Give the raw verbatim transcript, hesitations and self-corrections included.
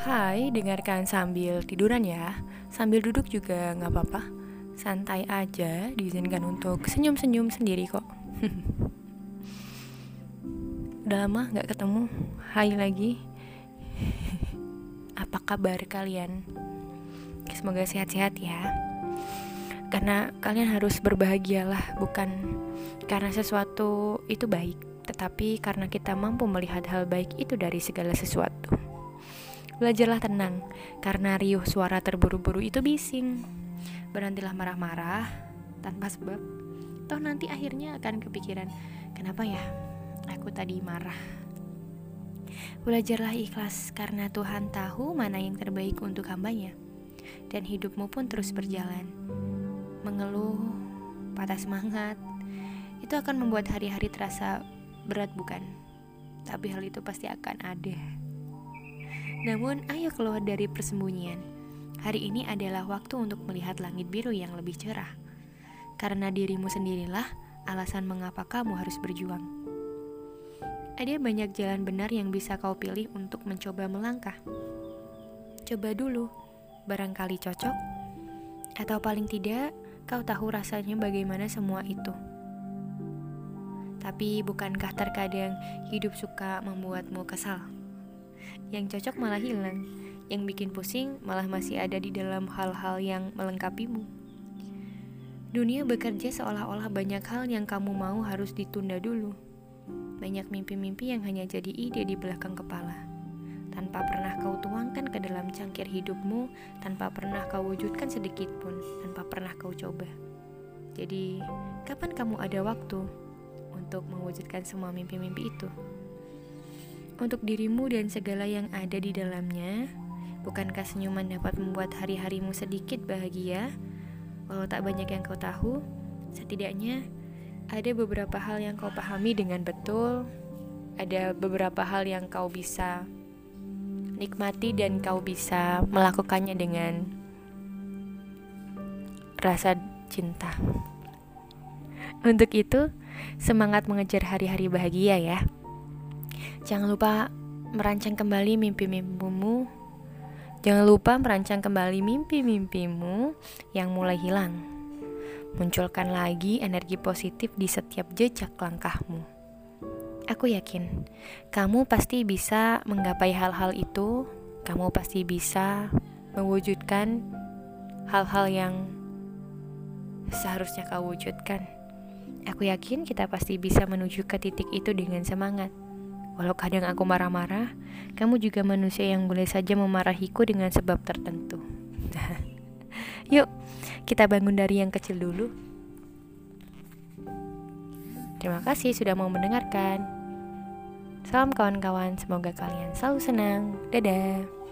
Hai, dengarkan sambil tiduran ya. Sambil duduk juga nggak apa-apa. Santai aja, diizinkan untuk senyum-senyum sendiri kok. Udah lama nggak ketemu. Hai lagi. Apa kabar kalian? Semoga sehat-sehat ya. Karena kalian harus berbahagialah, bukan karena sesuatu itu baik, tetapi karena kita mampu melihat hal baik itu dari segala sesuatu. Belajarlah tenang, karena riuh suara terburu-buru itu bising. Berhentilah marah-marah tanpa sebab. Toh nanti akhirnya akan kepikiran, kenapa ya aku tadi marah. Belajarlah ikhlas, karena Tuhan tahu mana yang terbaik untuk hambanya. Dan hidupmu pun terus berjalan. Mengeluh, patah semangat, itu akan membuat hari-hari terasa berat bukan? Tapi hal itu pasti akan ada. Namun, ayo keluar dari persembunyian. Hari ini adalah waktu untuk melihat langit biru yang lebih cerah. Karena dirimu sendirilah alasan mengapa kamu harus berjuang. Ada banyak jalan benar yang bisa kau pilih untuk mencoba melangkah. Coba dulu, barangkali cocok. Atau paling tidak, kau tahu rasanya bagaimana semua itu. Tapi bukankah terkadang hidup suka membuatmu kesal? Yang cocok malah hilang, yang bikin pusing malah masih ada di dalam hal-hal yang melengkapimu. Dunia bekerja seolah-olah banyak hal yang kamu mau harus ditunda dulu. Banyak mimpi-mimpi yang hanya jadi ide di belakang kepala, tanpa pernah kau tuangkan ke dalam cangkir hidupmu, tanpa pernah kau wujudkan sedikit pun, tanpa pernah kau coba. Jadi, kapan kamu ada waktu untuk mewujudkan semua mimpi-mimpi itu? Untuk dirimu dan segala yang ada di dalamnya, bukankah senyuman dapat membuat hari-harimu sedikit bahagia? Walau tak banyak yang kau tahu, setidaknya ada beberapa hal yang kau pahami dengan betul. Ada beberapa hal yang kau bisa nikmati dan kau bisa melakukannya dengan rasa cinta. Untuk itu, semangat mengejar hari-hari bahagia ya. Jangan lupa merancang kembali mimpi-mimpimu. Jangan lupa merancang kembali mimpi-mimpimu yang mulai hilang. Munculkan lagi energi positif di setiap jejak langkahmu. Aku yakin, kamu pasti bisa menggapai hal-hal itu. Kamu pasti bisa mewujudkan hal-hal yang seharusnya kau wujudkan. Aku yakin kita pasti bisa menuju ke titik itu dengan semangat. Walau kadang aku marah-marah, kamu juga manusia yang boleh saja memarahiku dengan sebab tertentu. Yuk, kita bangun dari yang kecil dulu. Terima kasih sudah mau mendengarkan. Salam kawan-kawan, semoga kalian selalu senang. Dadah.